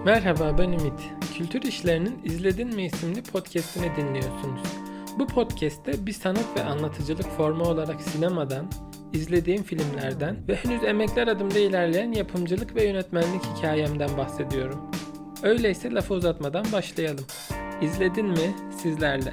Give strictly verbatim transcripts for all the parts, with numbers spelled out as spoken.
Merhaba, ben Ümit. Kültür İşleri'nin İzledin mi isimli podcast'ini dinliyorsunuz. Bu podcast'te bir sanat ve anlatıcılık formu olarak sinemadan, izlediğim filmlerden ve henüz emekler adımda ilerleyen yapımcılık ve yönetmenlik hikayemden bahsediyorum. Öyleyse lafı uzatmadan başlayalım. İzledin mi sizlerle?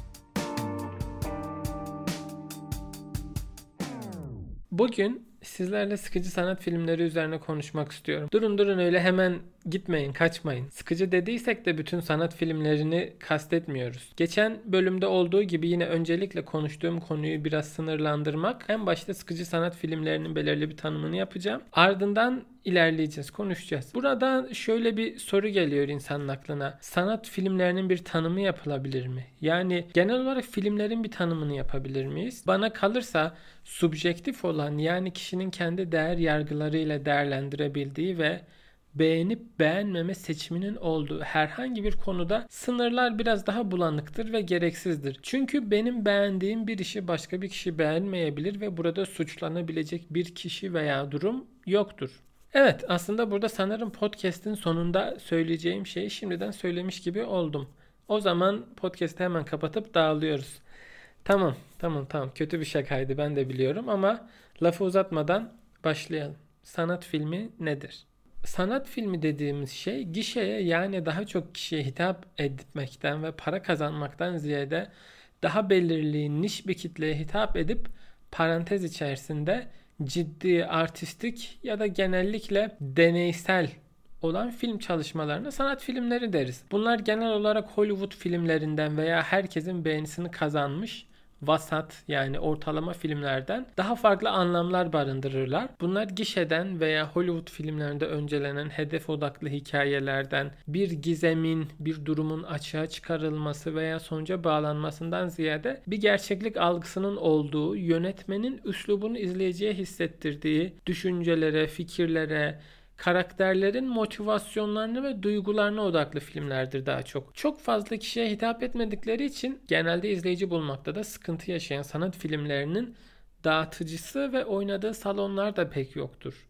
Bugün sizlerle sıkıcı sanat filmleri üzerine konuşmak istiyorum. Durun durun öyle hemen gitmeyin, kaçmayın. Sıkıcı dediysek de bütün sanat filmlerini kastetmiyoruz. Geçen bölümde olduğu gibi yine öncelikle konuştuğum konuyu biraz sınırlandırmak. En başta sıkıcı sanat filmlerinin belirli bir tanımını yapacağım. Ardından ilerleyeceğiz, konuşacağız. Burada şöyle bir soru geliyor insanın aklına. Sanat filmlerinin bir tanımı yapılabilir mi? Yani genel olarak filmlerin bir tanımını yapabilir miyiz? Bana kalırsa subjektif olan, yani kişinin kendi değer yargılarıyla değerlendirebildiği ve beğenip beğenmeme seçiminin olduğu herhangi bir konuda sınırlar biraz daha bulanıktır ve gereksizdir. Çünkü benim beğendiğim bir işi başka bir kişi beğenmeyebilir ve burada suçlanabilecek bir kişi veya durum yoktur. Evet, aslında burada sanırım podcast'in sonunda söyleyeceğim şeyi şimdiden söylemiş gibi oldum. O zaman podcast'i hemen kapatıp dağılıyoruz. Tamam, tamam, tamam. Kötü bir şakaydı, ben de biliyorum ama lafı uzatmadan başlayalım. Sanat filmi nedir? Sanat filmi dediğimiz şey gişeye, yani daha çok kişiye hitap etmekten ve para kazanmaktan ziyade daha belirli niş bir kitleye hitap edip parantez içerisinde ciddi, artistik ya da genellikle deneysel olan film çalışmalarına sanat filmleri deriz. Bunlar genel olarak Hollywood filmlerinden veya herkesin beğenisini kazanmış vasat, yani ortalama filmlerden daha farklı anlamlar barındırırlar. Bunlar gişeden veya Hollywood filmlerinde öncelenen hedef odaklı hikayelerden bir gizemin, bir durumun açığa çıkarılması veya sonuca bağlanmasından ziyade bir gerçeklik algısının olduğu, yönetmenin üslubunu izleyiciye hissettirdiği düşüncelere, fikirlere, karakterlerin motivasyonlarına ve duygularına odaklı filmlerdir daha çok. Çok fazla kişiye hitap etmedikleri için genelde izleyici bulmakta da sıkıntı yaşayan sanat filmlerinin dağıtıcısı ve oynadığı salonlar da pek yoktur.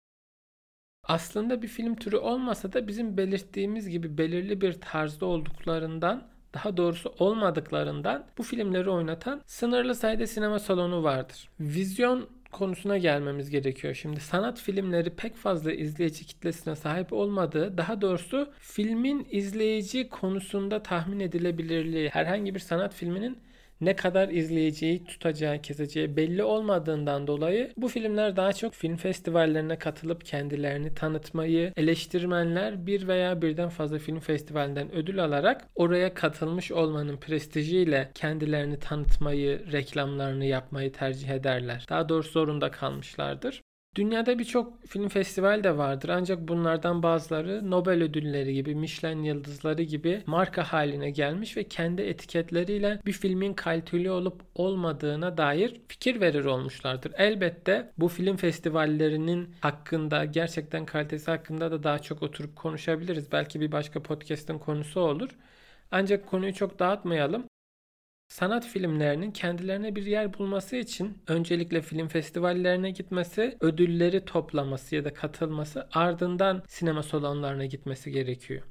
Aslında bir film türü olmasa da bizim belirttiğimiz gibi belirli bir tarzda olduklarından, daha doğrusu olmadıklarından bu filmleri oynatan sınırlı sayıda sinema salonu vardır. Vizyon konusuna gelmemiz gerekiyor. Şimdi sanat filmleri pek fazla izleyici kitlesine sahip olmadığı, daha doğrusu filmin izleyici konusunda tahmin edilebilirliği, herhangi bir sanat filminin ne kadar izleyiciyi tutacağı, keseceği belli olmadığından dolayı bu filmler daha çok film festivallerine katılıp kendilerini tanıtmayı, eleştirmenler bir veya birden fazla film festivalinden ödül alarak oraya katılmış olmanın prestijiyle kendilerini tanıtmayı, reklamlarını yapmayı tercih ederler. Daha doğrusu zorunda kalmışlardır. Dünyada birçok film festivali de vardır, ancak bunlardan bazıları Nobel ödülleri gibi, Michelin yıldızları gibi marka haline gelmiş ve kendi etiketleriyle bir filmin kaliteli olup olmadığına dair fikir verir olmuşlardır. Elbette bu film festivallerinin hakkında, gerçekten kalitesi hakkında da daha çok oturup konuşabiliriz. Belki bir başka podcast'ın konusu olur. Ancak konuyu çok dağıtmayalım. Sanat filmlerinin kendilerine bir yer bulması için öncelikle film festivallerine gitmesi, ödülleri toplaması ya da katılması, ardından sinema salonlarına gitmesi gerekiyor.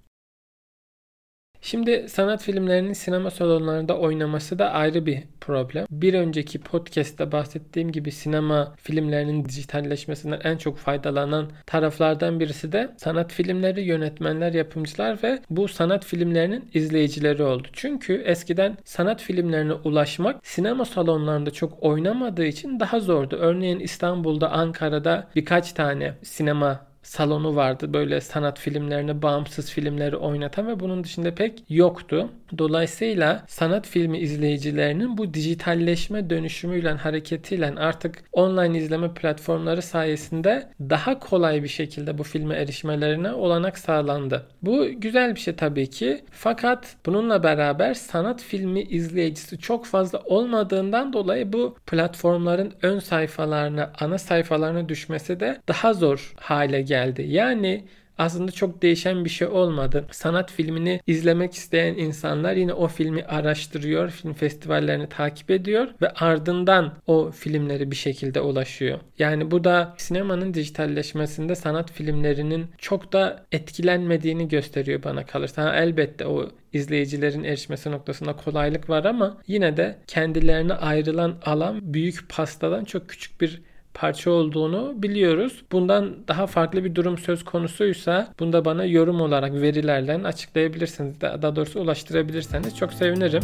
Şimdi sanat filmlerinin sinema salonlarında oynaması da ayrı bir problem. Bir önceki podcast'ta bahsettiğim gibi sinema filmlerinin dijitalleşmesinden en çok faydalanan taraflardan birisi de sanat filmleri, yönetmenler, yapımcılar ve bu sanat filmlerinin izleyicileri oldu. Çünkü eskiden sanat filmlerine ulaşmak sinema salonlarında çok oynamadığı için daha zordu. Örneğin İstanbul'da, Ankara'da birkaç tane sinema salonu vardı, böyle sanat filmlerini, bağımsız filmleri oynatan, ve bunun dışında pek yoktu. Dolayısıyla sanat filmi izleyicilerinin bu dijitalleşme dönüşümüyle, hareketiyle artık online izleme platformları sayesinde daha kolay bir şekilde bu filme erişmelerine olanak sağlandı. Bu güzel bir şey tabii ki. Fakat bununla beraber sanat filmi izleyicisi çok fazla olmadığından dolayı bu platformların ön sayfalarına, ana sayfalarına düşmesi de daha zor hale geldi. Yani aslında çok değişen bir şey olmadı. Sanat filmini izlemek isteyen insanlar yine o filmi araştırıyor, film festivallerini takip ediyor ve ardından o filmleri bir şekilde ulaşıyor. Yani bu da sinemanın dijitalleşmesinde sanat filmlerinin çok da etkilenmediğini gösteriyor bana kalırsa. Ha, elbette o izleyicilerin erişmesi noktasında kolaylık var ama yine de kendilerine ayrılan alan büyük pastadan çok küçük bir parça olduğunu biliyoruz. Bundan daha farklı bir durum söz konusuysa bunu da bana yorum olarak verilerle açıklayabilirsiniz. Daha doğrusu ulaştırabilirseniz çok sevinirim.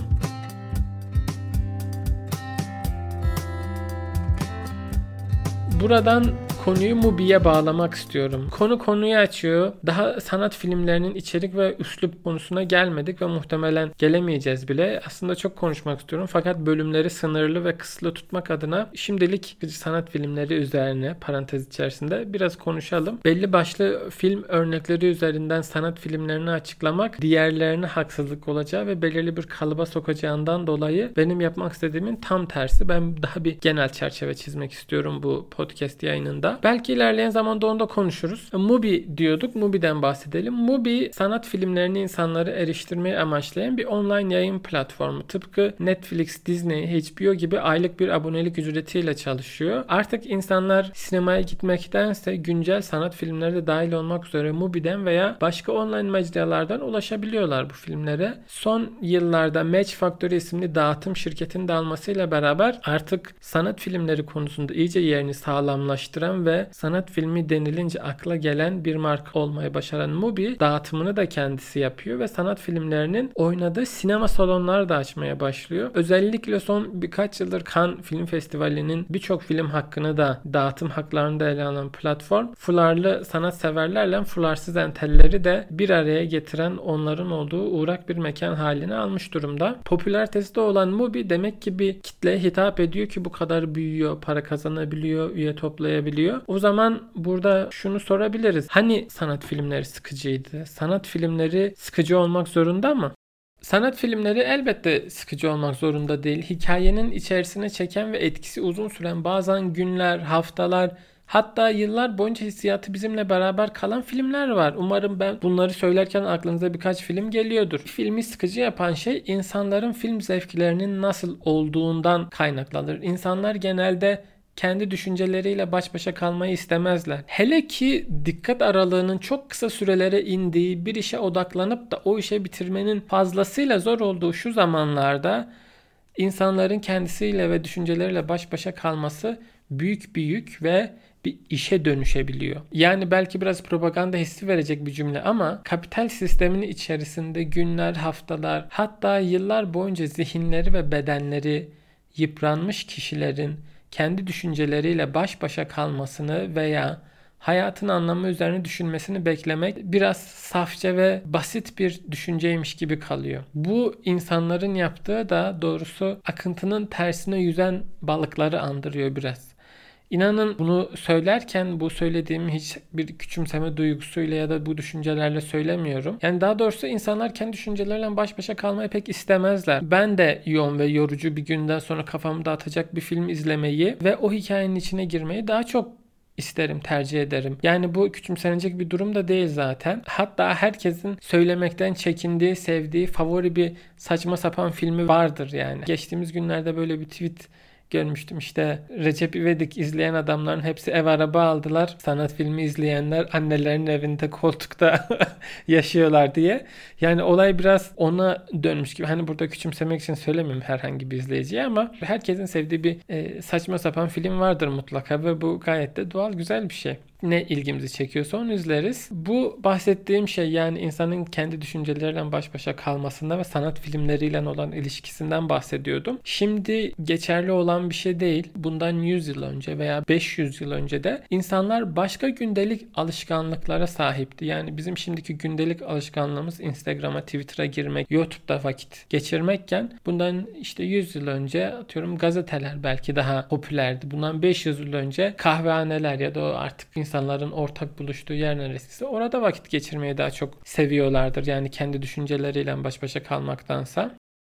Buradan konuyu Mubi'ye bağlamak istiyorum. Konu konuyu açıyor. Daha sanat filmlerinin içerik ve üslup konusuna gelmedik ve muhtemelen gelemeyeceğiz bile. Aslında çok konuşmak istiyorum fakat bölümleri sınırlı ve kısıtlı tutmak adına şimdilik sanat filmleri üzerine parantez içerisinde biraz konuşalım. Belli başlı film örnekleri üzerinden sanat filmlerini açıklamak diğerlerine haksızlık olacağı ve belirli bir kalıba sokacağından dolayı benim yapmak istediğimin tam tersi. Ben daha bir genel çerçeve çizmek istiyorum bu podcast yayınında. Belki ilerleyen zamanda onu da konuşuruz. Mubi diyorduk. Mubi'den bahsedelim. Mubi sanat filmlerini insanları eriştirmeyi amaçlayan bir online yayın platformu. Tıpkı Netflix, Disney, H B O gibi aylık bir abonelik ücretiyle çalışıyor. Artık insanlar sinemaya gitmektense güncel sanat filmleri de dahil olmak üzere Mubi'den veya başka online mecralardan ulaşabiliyorlar bu filmlere. Son yıllarda Match Factory isimli dağıtım şirketinin de almasıyla beraber artık sanat filmleri konusunda iyice yerini sağlamlaştıran ve sanat filmi denilince akla gelen bir marka olmayı başaran Mubi dağıtımını da kendisi yapıyor ve sanat filmlerinin oynadığı sinema salonları da açmaya başlıyor. Özellikle son birkaç yıldır Cannes Film Festivali'nin birçok film hakkını da dağıtım haklarını da ele alan platform fularlı sanatseverlerle fularsız entelleri de bir araya getiren onların olduğu uğrak bir mekan haline almış durumda. Popülaritesi olan Mubi demek ki bir kitleye hitap ediyor ki bu kadar büyüyor, para kazanabiliyor, üye toplayabiliyor. O zaman burada şunu sorabiliriz. Hani sanat filmleri sıkıcıydı? Sanat filmleri sıkıcı olmak zorunda mı? Sanat filmleri elbette sıkıcı olmak zorunda değil. Hikayenin içerisine çeken ve etkisi uzun süren bazen günler, haftalar, hatta yıllar boyunca hissiyatı bizimle beraber kalan filmler var. Umarım ben bunları söylerken aklınıza birkaç film geliyordur. Filmi sıkıcı yapan şey insanların film zevklerinin nasıl olduğundan kaynaklanır. İnsanlar genelde kendi düşünceleriyle baş başa kalmayı istemezler. Hele ki dikkat aralığının çok kısa sürelere indiği bir işe odaklanıp da o işe bitirmenin fazlasıyla zor olduğu şu zamanlarda insanların kendisiyle ve düşünceleriyle baş başa kalması büyük bir yük ve bir işe dönüşebiliyor. Yani belki biraz propaganda hissi verecek bir cümle ama kapital sistemin içerisinde günler, haftalar, hatta yıllar boyunca zihinleri ve bedenleri yıpranmış kişilerin kendi düşünceleriyle baş başa kalmasını veya hayatın anlamı üzerine düşünmesini beklemek biraz safça ve basit bir düşünceymiş gibi kalıyor. Bu insanların yaptığı da doğrusu akıntının tersine yüzen balıkları andırıyor biraz. İnanın bunu söylerken bu söylediğimi hiç bir küçümseme duygusuyla ya da bu düşüncelerle söylemiyorum. Yani daha doğrusu insanlar kendi düşüncelerle baş başa kalmayı pek istemezler. Ben de yoğun ve yorucu bir günden sonra kafamı dağıtacak bir film izlemeyi ve o hikayenin içine girmeyi daha çok isterim, tercih ederim. Yani bu küçümsenecek bir durum da değil zaten. Hatta herkesin söylemekten çekindiği, sevdiği, favori bir saçma sapan filmi vardır yani. Geçtiğimiz günlerde böyle bir tweet görmüştüm, işte Recep İvedik izleyen adamların hepsi ev araba aldılar. Sanat filmi izleyenler annelerinin evinde koltukta yaşıyorlar diye. Yani olay biraz ona dönmüş gibi. Hani burada küçümsemek için söylemiyorum herhangi bir izleyiciye ama herkesin sevdiği bir e, saçma sapan film vardır mutlaka ve bu gayet de doğal, güzel bir şey. Ne ilgimizi çekiyorsa onu izleriz. Bu bahsettiğim şey yani insanın kendi düşünceleriyle baş başa kalmasında ve sanat filmleriyle olan ilişkisinden bahsediyordum. Şimdi geçerli olan bir şey değil. Bundan yüz yıl önce veya beş yüz yıl önce de insanlar başka gündelik alışkanlıklara sahipti. Yani bizim şimdiki gündelik alışkanlığımız Instagram'a, Twitter'a girmek, YouTube'da vakit geçirmekken bundan işte yüz yıl önce atıyorum gazeteler belki daha popülerdi. Bundan beş yüz yıl önce kahvehaneler ya da o artık insanların ortak buluştuğu yer neresiyse orada vakit geçirmeyi daha çok seviyorlardır. Yani kendi düşünceleriyle baş başa kalmaktansa.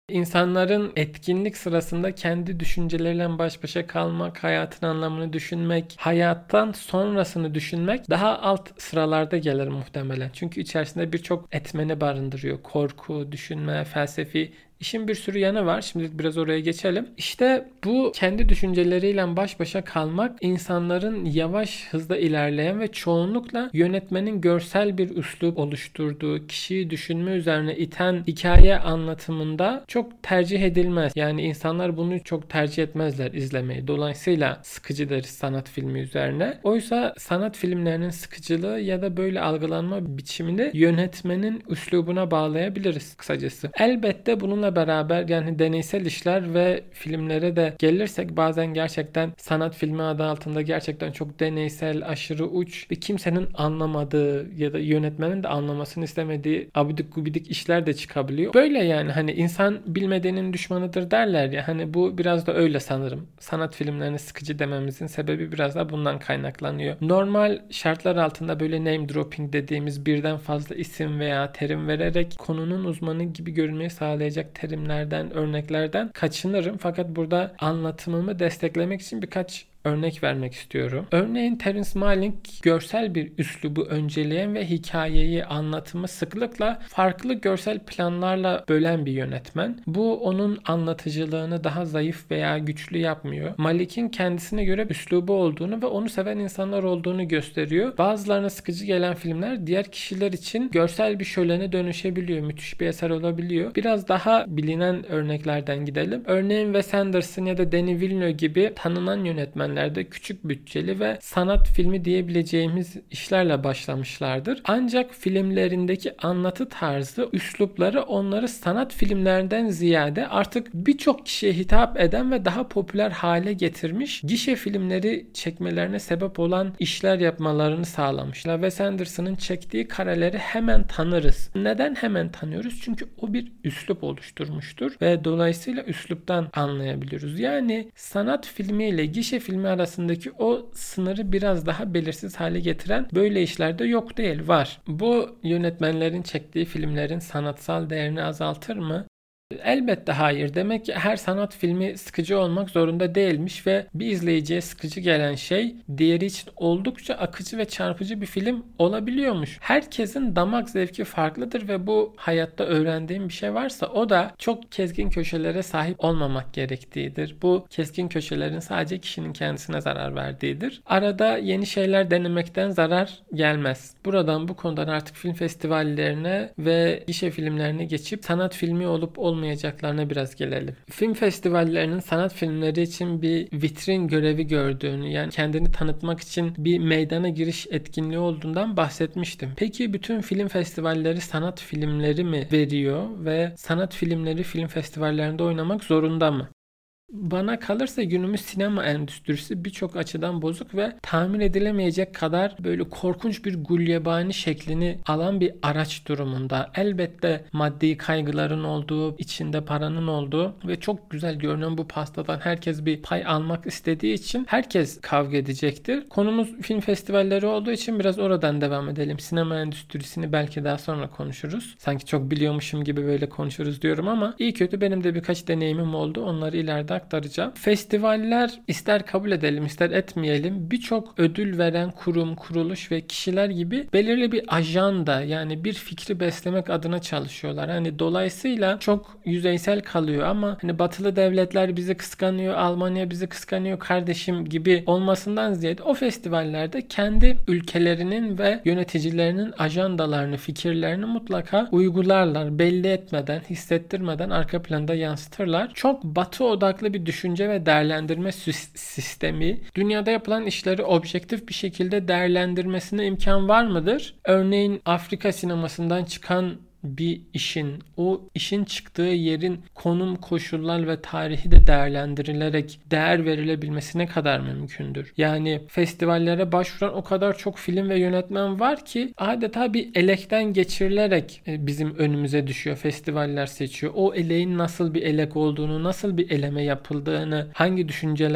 İnsanların etkinlik sırasında kendi düşünceleriyle baş başa kalmak, hayatın anlamını düşünmek, hayattan sonrasını düşünmek daha alt sıralarda gelir muhtemelen. Çünkü içerisinde birçok etmeni barındırıyor. Korku, düşünme, felsefi. İşin bir sürü yanı var. Şimdi biraz oraya geçelim. İşte bu kendi düşünceleriyle baş başa kalmak insanların yavaş hızda ilerleyen ve çoğunlukla yönetmenin görsel bir üslup oluşturduğu, kişiyi düşünme üzerine iten hikaye anlatımında çok tercih edilmez. Yani insanlar bunu çok tercih etmezler izlemeyi. Dolayısıyla sıkıcı deriz sanat filmi üzerine. Oysa sanat filmlerinin sıkıcılığı ya da böyle algılanma biçimini yönetmenin üslubuna bağlayabiliriz kısacası. Elbette bununla beraber yani deneysel işler ve filmlere de gelirsek bazen gerçekten sanat filmi adı altında gerçekten çok deneysel, aşırı uç ve kimsenin anlamadığı ya da yönetmenin de anlamasını istemediği abidik gubidik işler de çıkabiliyor. Böyle yani hani insan bilmediğinin düşmanıdır derler ya, hani bu biraz da öyle sanırım. Sanat filmlerini sıkıcı dememizin sebebi biraz da bundan kaynaklanıyor. Normal şartlar altında böyle name dropping dediğimiz birden fazla isim veya terim vererek konunun uzmanı gibi görünmeyi sağlayacak terimlerden, örneklerden kaçınırım. Fakat burada anlatımımı desteklemek için birkaç örnek vermek istiyorum. Örneğin Terence Malick görsel bir üslubu önceleyen ve hikayeyi, anlatımı sıklıkla farklı görsel planlarla bölen bir yönetmen. Bu onun anlatıcılığını daha zayıf veya güçlü yapmıyor. Malick'in kendisine göre üslubu olduğunu ve onu seven insanlar olduğunu gösteriyor. Bazılarına sıkıcı gelen filmler diğer kişiler için görsel bir şölene dönüşebiliyor. Müthiş bir eser olabiliyor. Biraz daha bilinen örneklerden gidelim. Örneğin Wes Anderson ya da Denis Villeneuve gibi tanınan yönetmenler küçük bütçeli ve sanat filmi diyebileceğimiz işlerle başlamışlardır. Ancak filmlerindeki anlatı tarzı, üslupları onları sanat filmlerinden ziyade artık birçok kişiye hitap eden ve daha popüler hale getirmiş, gişe filmleri çekmelerine sebep olan işler yapmalarını sağlamışlar. Wes Anderson'ın çektiği kareleri hemen tanırız. Neden hemen tanıyoruz? Çünkü o bir üslup oluşturmuştur ve dolayısıyla üsluptan anlayabiliyoruz. Yani sanat filmiyle gişe filmi arasındaki o sınırı biraz daha belirsiz hale getiren böyle işler de yok değil, var. Bu yönetmenlerin çektiği filmlerin sanatsal değerini azaltır mı? Elbette hayır. Demek ki her sanat filmi sıkıcı olmak zorunda değilmiş ve bir izleyiciye sıkıcı gelen şey diğeri için oldukça akıcı ve çarpıcı bir film olabiliyormuş. Herkesin damak zevki farklıdır ve bu hayatta öğrendiğim bir şey varsa o da çok keskin köşelere sahip olmamak gerektiğidir. Bu keskin köşelerin sadece kişinin kendisine zarar verdiğidir. Arada yeni şeyler denemekten zarar gelmez. Buradan bu konudan artık film festivallerine ve gişe filmlerine geçip sanat filmi olup olmayacağını olmayacaklarına biraz gelelim. Film festivallerinin sanat filmleri için bir vitrin görevi gördüğünü, yani kendini tanıtmak için bir meydana giriş etkinliği olduğundan bahsetmiştim. Peki bütün film festivalleri sanat filmleri mi veriyor ve sanat filmleri film festivallerinde oynamak zorunda mı? Bana kalırsa günümüz sinema endüstrisi birçok açıdan bozuk ve tahmin edilemeyecek kadar böyle korkunç bir gulyabani şeklini alan bir araç durumunda. Elbette maddi kaygıların olduğu, içinde paranın olduğu ve çok güzel görünen bu pastadan herkes bir pay almak istediği için herkes kavga edecektir. Konumuz film festivalleri olduğu için biraz oradan devam edelim. Sinema endüstrisini belki daha sonra konuşuruz. Sanki çok biliyormuşum gibi böyle konuşuruz diyorum ama iyi kötü benim de birkaç deneyimim oldu. Onları ileride aktaracağım. Festivaller, ister kabul edelim ister etmeyelim, birçok ödül veren kurum, kuruluş ve kişiler gibi belirli bir ajanda, yani bir fikri beslemek adına çalışıyorlar. Hani dolayısıyla çok yüzeysel kalıyor ama hani batılı devletler bizi kıskanıyor, Almanya bizi kıskanıyor kardeşim gibi olmasından ziyade o festivallerde kendi ülkelerinin ve yöneticilerinin ajandalarını, fikirlerini mutlaka uygularlar. Belli etmeden, hissettirmeden arka planda yansıtırlar. Çok batı odaklı bir düşünce ve değerlendirme sistemi dünyada yapılan işleri objektif bir şekilde değerlendirmesine imkan var mıdır? Örneğin Afrika sinemasından çıkan bir işin, o işin çıktığı yerin konum, koşullar ve tarihi de değerlendirilerek değer verilebilmesi ne kadar mümkündür? Yani festivallere başvuran o kadar çok film ve yönetmen var ki adeta bir elekten geçirilerek bizim önümüze düşüyor. Festivaller seçiyor. O eleğin nasıl bir elek olduğunu, nasıl bir eleme yapıldığını, hangi düşünceler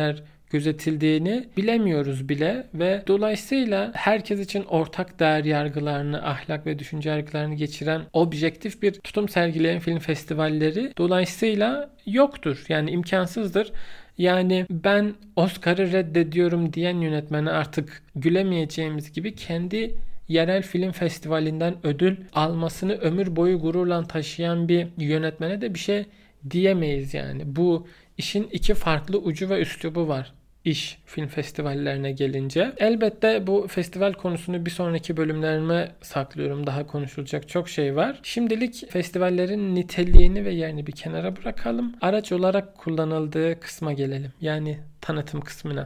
gözetildiğini bilemiyoruz bile ve dolayısıyla herkes için ortak değer yargılarını, ahlak ve düşünce yargılarını geçiren objektif bir tutum sergileyen film festivalleri dolayısıyla yoktur. Yani imkansızdır. Yani ben Oscar'ı reddediyorum diyen yönetmene artık gülemeyeceğimiz gibi kendi yerel film festivalinden ödül almasını ömür boyu gururla taşıyan bir yönetmene de bir şey diyemeyiz yani. Bu işin iki farklı ucu ve üslubu var. İş film festivallerine gelince. Elbette bu festival konusunu bir sonraki bölümlerime saklıyorum. Daha konuşulacak çok şey var. Şimdilik festivallerin niteliğini ve yerini bir kenara bırakalım. Araç olarak kullanıldığı kısma gelelim. Yani tanıtım kısmına.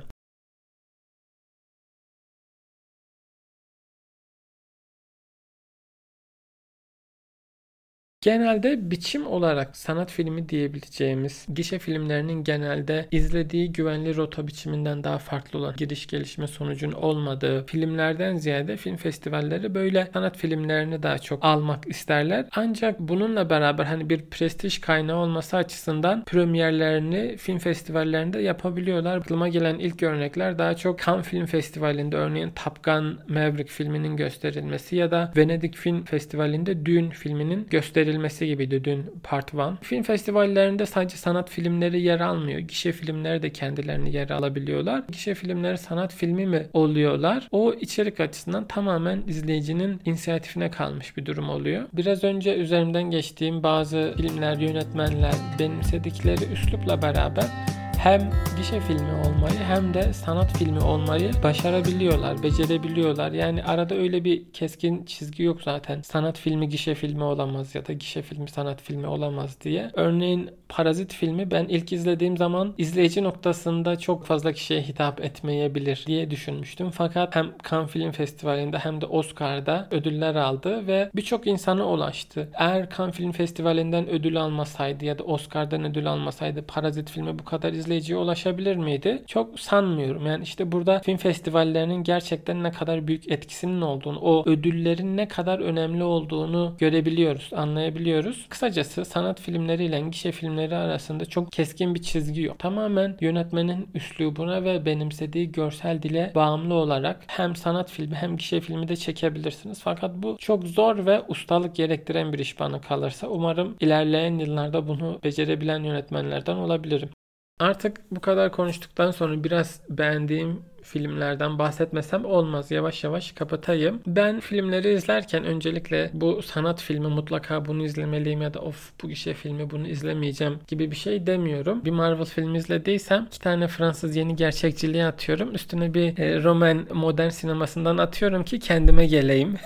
Genelde biçim olarak sanat filmi diyebileceğimiz gişe filmlerinin genelde izlediği güvenli rota biçiminden daha farklı olan giriş gelişme sonucun olmadığı filmlerden ziyade film festivalleri böyle sanat filmlerini daha çok almak isterler. Ancak bununla beraber hani bir prestij kaynağı olması açısından premierlerini film festivallerinde yapabiliyorlar. Aklıma gelen ilk örnekler daha çok Cannes Film Festivali'nde örneğin Top Gun Maverick filminin gösterilmesi ya da Venedik Film Festivali'nde Dune filminin gösterilmesi gibiydi dün Part bir. Film festivallerinde sadece sanat filmleri yer almıyor. Gişe filmleri de kendilerini yer alabiliyorlar. Gişe filmleri sanat filmi mi oluyorlar? O içerik açısından tamamen izleyicinin inisiyatifine kalmış bir durum oluyor. Biraz önce üzerimden geçtiğim bazı filmler, yönetmenler benimsedikleri üslupla beraber hem gişe filmi olmayı hem de sanat filmi olmayı başarabiliyorlar, becerebiliyorlar. Yani arada öyle bir keskin çizgi yok zaten. Sanat filmi gişe filmi olamaz ya da gişe filmi sanat filmi olamaz diye. Örneğin Parazit filmi ben ilk izlediğim zaman izleyici noktasında çok fazla kişiye hitap etmeyebilir diye düşünmüştüm. Fakat hem Cannes Film Festivali'nde hem de Oscar'da ödüller aldı ve birçok insana ulaştı. Eğer Cannes Film Festivali'nden ödül almasaydı ya da Oscar'dan ödül almasaydı Parazit filmi bu kadar izleyiciye ulaşabilir miydi? Çok sanmıyorum. Yani işte burada film festivallerinin gerçekten ne kadar büyük etkisinin olduğunu, o ödüllerin ne kadar önemli olduğunu görebiliyoruz, anlayabiliyoruz. Kısacası sanat filmleriyle gişe filmleri arasında çok keskin bir çizgi yok. Tamamen yönetmenin üslubuna ve benimsediği görsel dile bağımlı olarak hem sanat filmi hem gişe filmi de çekebilirsiniz. Fakat bu çok zor ve ustalık gerektiren bir iş bana kalırsa. Umarım ilerleyen yıllarda bunu becerebilen yönetmenlerden olabilirim. Artık bu kadar konuştuktan sonra biraz beğendiğim filmlerden bahsetmesem olmaz. Yavaş yavaş kapatayım. Ben filmleri izlerken öncelikle bu sanat filmi mutlaka bunu izlemeliyim ya da of bu gişe filmi bunu izlemeyeceğim gibi bir şey demiyorum. Bir Marvel filmi izlediysem iki tane Fransız yeni gerçekçiliği atıyorum. Üstüne bir e, Roman modern sinemasından atıyorum ki kendime geleyim.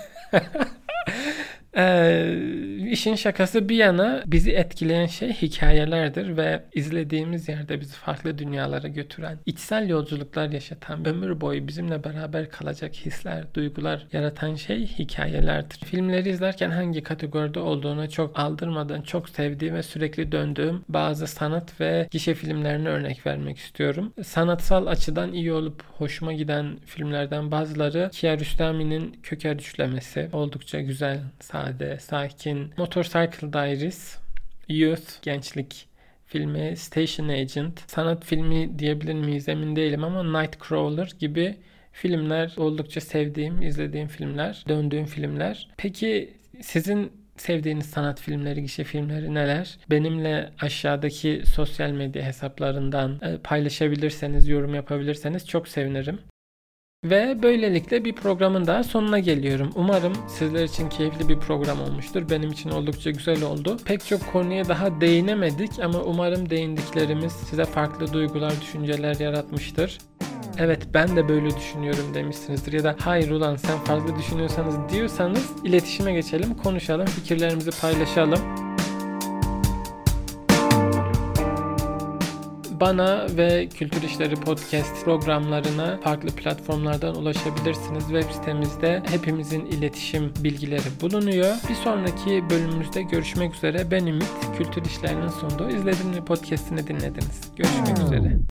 Ee, işin şakası bir yana bizi etkileyen şey hikayelerdir ve izlediğimiz yerde bizi farklı dünyalara götüren, içsel yolculuklar yaşatan, ömür boyu bizimle beraber kalacak hisler, duygular yaratan şey hikayelerdir. Filmleri izlerken hangi kategoride olduğuna çok aldırmadan çok sevdiğim ve sürekli döndüğüm bazı sanat ve gişe filmlerine örnek vermek istiyorum. Sanatsal açıdan iyi olup hoşuma giden filmlerden bazıları Kiarostami'nin Köker Üçlemesi oldukça güzel, sade, sakin. Motorcycle Diaries, Youth, gençlik filmi, Station Agent, sanat filmi diyebilir miyiz emin değilim ama Nightcrawler gibi filmler oldukça sevdiğim, izlediğim filmler, döndüğüm filmler. Peki sizin sevdiğiniz sanat filmleri, gişe filmleri neler? Benimle aşağıdaki sosyal medya hesaplarından paylaşabilirseniz, yorum yapabilirseniz çok sevinirim. Ve böylelikle bir programın daha sonuna geliyorum. Umarım sizler için keyifli bir program olmuştur. Benim için oldukça güzel oldu. Pek çok konuya daha değinemedik ama umarım değindiklerimiz size farklı duygular, düşünceler yaratmıştır. Evet ben de böyle düşünüyorum demişsinizdir ya da hayır ulan sen fazla düşünüyorsanız diyorsanız iletişime geçelim, konuşalım, fikirlerimizi paylaşalım. Bana ve Kültür İşleri Podcast programlarına farklı platformlardan ulaşabilirsiniz. Web sitemizde hepimizin iletişim bilgileri bulunuyor. Bir sonraki bölümümüzde görüşmek üzere. Ben Ümit, Kültür İşleri'nin sunduğu İzledin mi podcast'ini dinlediniz. Görüşmek üzere.